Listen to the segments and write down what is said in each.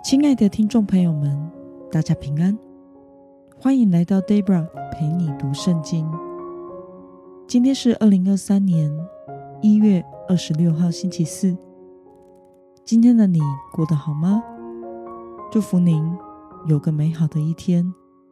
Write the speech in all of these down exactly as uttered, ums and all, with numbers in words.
亲爱的听众朋友们，大家平安，欢迎来到 Debra 陪你读圣经。今天是二零二三年一月二十六号星期四。今天的你过得好吗？祝福您有个美好的一天。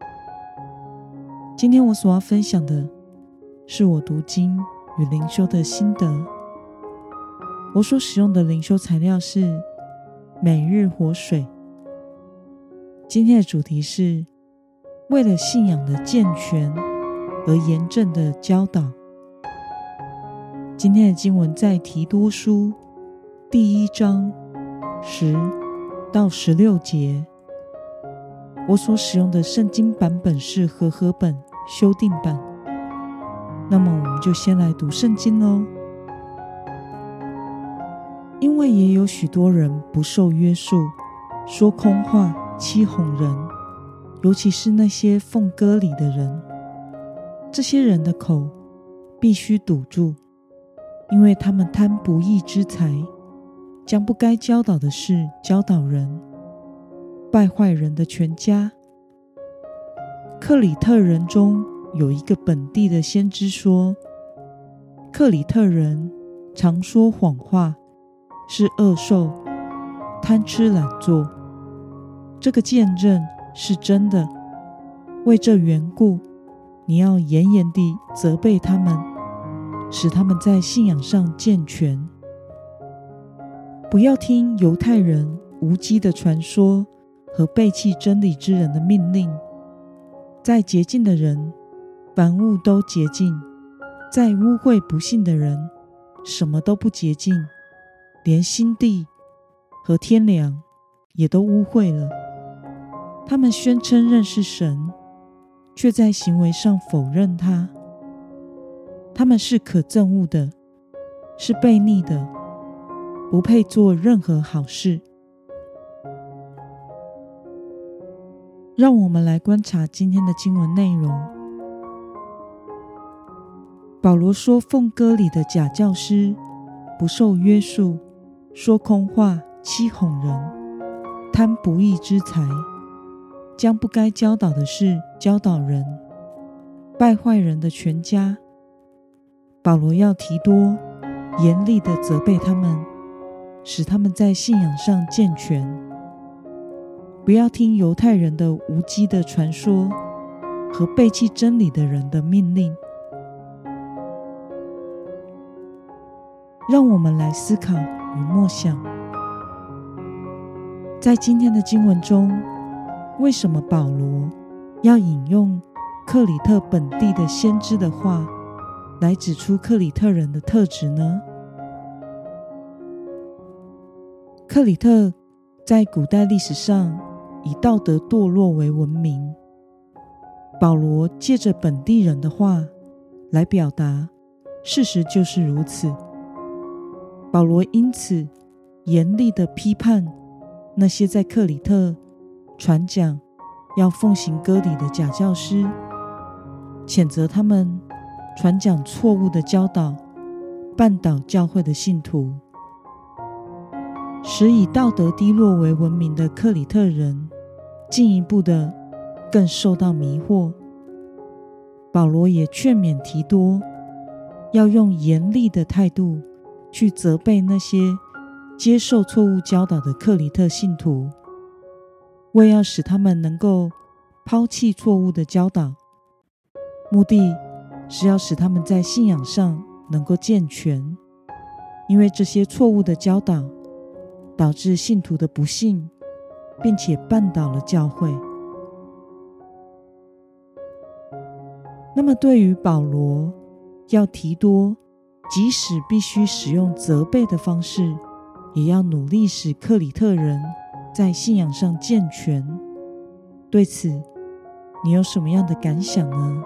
今天我所要分享的是我读经与灵修的心得。我所使用的灵修材料是每日活水。今天的主题是为了信仰的健全而严正的教导。今天的经文在提多书第一章十到十六节。我所使用的圣经版本是和合本修订版。那么我们就先来读圣经咯。因为也有许多人不受约束，说空话，欺哄人，尤其是那些奉割礼的人。这些人的口必须堵住，因为他们贪不义之财，将不该教导的事教导人，败坏人的全家。克里特人中有一个本地的先知说，克里特人常说谎话，是恶兽，贪吃懒做。这个见证是真的，为这缘故，你要严严地责备他们，使他们在信仰上健全。不要听犹太人无稽的传说和背弃真理之人的命令。在洁净的人，凡物都洁净；在污秽不信的人，什么都不洁净，连心地和天良也都污秽了。他们宣称认识神，却在行为上否认他。他们是可憎恶的，是悖逆的，不配做任何好事。让我们来观察今天的经文内容。保罗说，奉割礼的假教师不受约束，说空话，欺哄人，贪不义之财，将不该教导的事教导人，败坏人的全家。保罗要提多严厉地责备他们，使他们在信仰上健全。不要听犹太人的无稽的传说和背弃真理的人的命令。让我们来思考与默想，在今天的经文中，为什么保罗要引用克里特本地的先知的话来指出克里特人的特质呢？克里特在古代历史上以道德堕落为闻名，保罗借着本地人的话来表达事实就是如此。保罗因此严厉地批判那些在克里特传讲要奉行割礼的假教师，谴责他们传讲错误的教导，绊倒教会的信徒，使以道德低落为闻名的克里特人进一步的更受到迷惑。保罗也劝勉提多要用严厉的态度去责备那些接受错误教导的克里特信徒，为要使他们能够抛弃错误的教导，目的是要使他们在信仰上能够健全，因为这些错误的教导导致信徒的不信，并且绊倒了教会。那么对于保罗要提多即使必须使用责备的方式，也要努力使克里特人在信仰上健全，对此你有什么样的感想呢？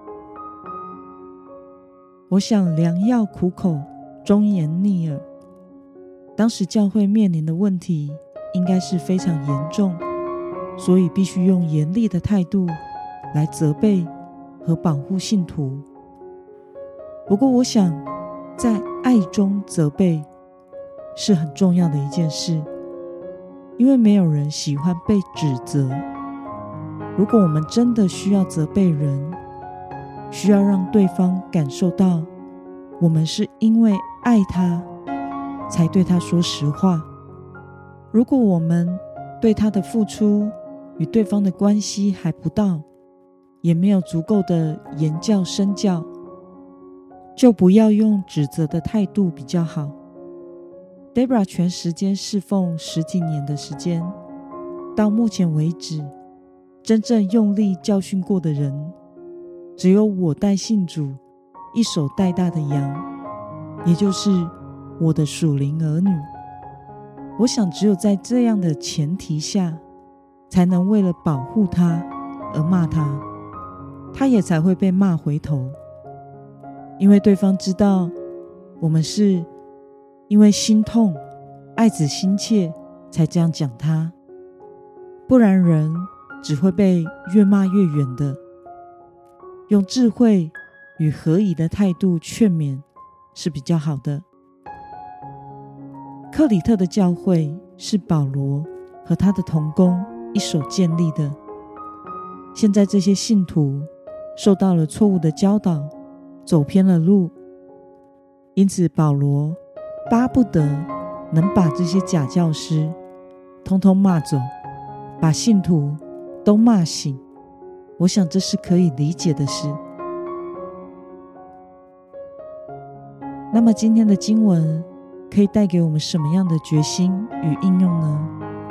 我想良药苦口，忠言逆耳。当时教会面临的问题应该是非常严重，所以必须用严厉的态度来责备和保护信徒。不过我想在爱中责备是很重要的一件事， 因为没有人喜欢被指责。如果我们真的需要责备人，需要让对方感受到我们是因为爱他才对他说实话，如果我们对他的付出与对方的关系还不到，也没有足够的言教身教，就不要用指责的态度比较好。 Debra 全时间侍奉十几年的时间，到目前为止真正用力教训过的人，只有我带信主一手带大的羊，也就是我的属灵儿女。我想只有在这样的前提下，才能为了保护他而骂他，他也才会被骂回头。因为对方知道我们是因为心痛爱子心切才这样讲他，不然人只会被越骂越远的。用智慧与合宜的态度劝勉是比较好的。克里特的教会是保罗和他的同工一手建立的，现在这些信徒受到了错误的教导，走偏了路，因此保罗巴不得能把这些假教师通通骂走，把信徒都骂醒。我想这是可以理解的事。那么今天的经文可以带给我们什么样的决心与应用呢？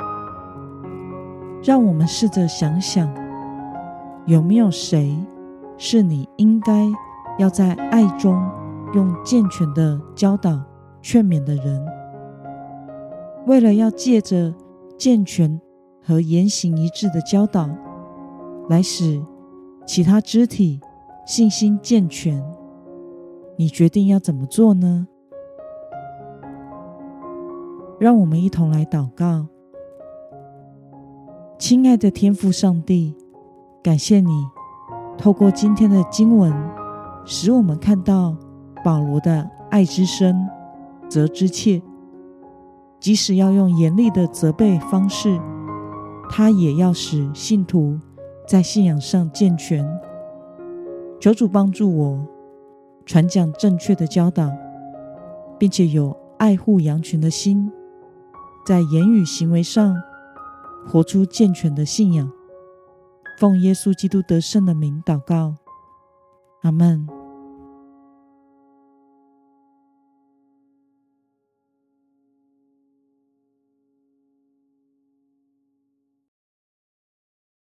让我们试着想想，有没有谁是你应该要在爱中用健全的教导劝勉的人，为了要借着健全和言行一致的教导来使其他肢体信心健全，你决定要怎么做呢？让我们一同来祷告。亲爱的天父上帝，感谢你透过今天的经文，使我们看到保罗的爱之深，责之切。即使要用严厉的责备方式，他也要使信徒在信仰上健全。求主帮助我传讲正确的教导，并且有爱护羊群的心，在言语行为上活出健全的信仰。奉耶稣基督得胜的名祷告，阿们。